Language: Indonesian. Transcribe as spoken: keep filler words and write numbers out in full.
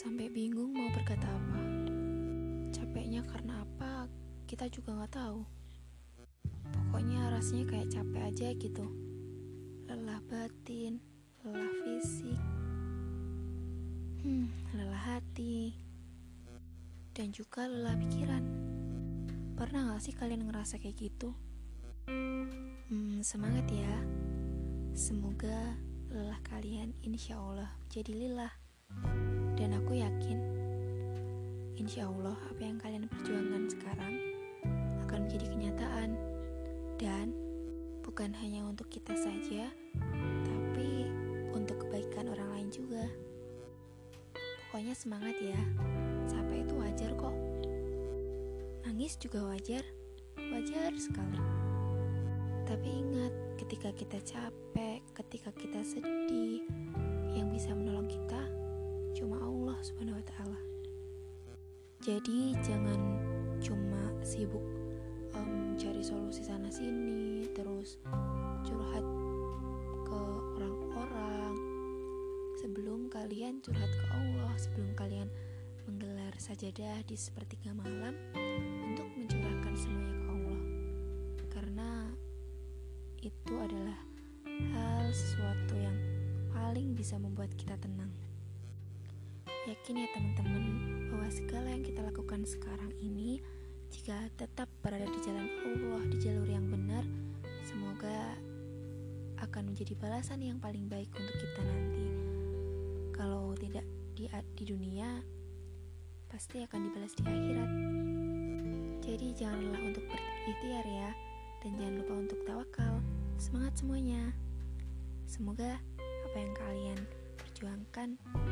Sampai bingung mau berkata apa. Capeknya karena apa, kita juga gak tahu. Pokoknya rasanya kayak capek aja gitu. Lelah batin, lelah fisik, hmm, lelah hati, dan juga lelah pikiran. Pernah gak sih kalian ngerasa kayak gitu? Hmm, semangat ya. Semoga lelah kalian insya Allah jadi lelah. Dan aku yakin, insya Allah apa yang kalian perjuangkan sekarang akan menjadi kenyataan. Dan bukan hanya untuk kita saja, tapi untuk kebaikan orang lain juga. Pokoknya semangat ya. Capek itu wajar kok. Nangis juga wajar, wajar sekali. Tapi ingat, ketika kita capek, ketika kita sedih, yang bisa menolong kita cuma Allah Subhanahu wa Ta'ala. Jadi jangan cuma sibuk um, cari solusi sana sini, terus curhat ke orang-orang. Sebelum kalian curhat ke Allah, sebelum kalian menggelar sajadah di sepertiga malam untuk mencurahkan semuanya ke Allah. Karena itu adalah hal sesuatu yang paling bisa membuat kita tenang. Yakin ya teman-teman bahwa segala yang kita lakukan sekarang ini, jika tetap berada di jalan Allah, di jalur yang benar, semoga akan menjadi balasan yang paling baik untuk kita nanti. Kalau tidak di, di dunia, pasti akan dibalas di akhirat. Jadi jangan lelah untuk berikhtiar ya, dan jangan lupa untuk tawakal. Semangat semuanya. Semoga apa yang kalian perjuangkan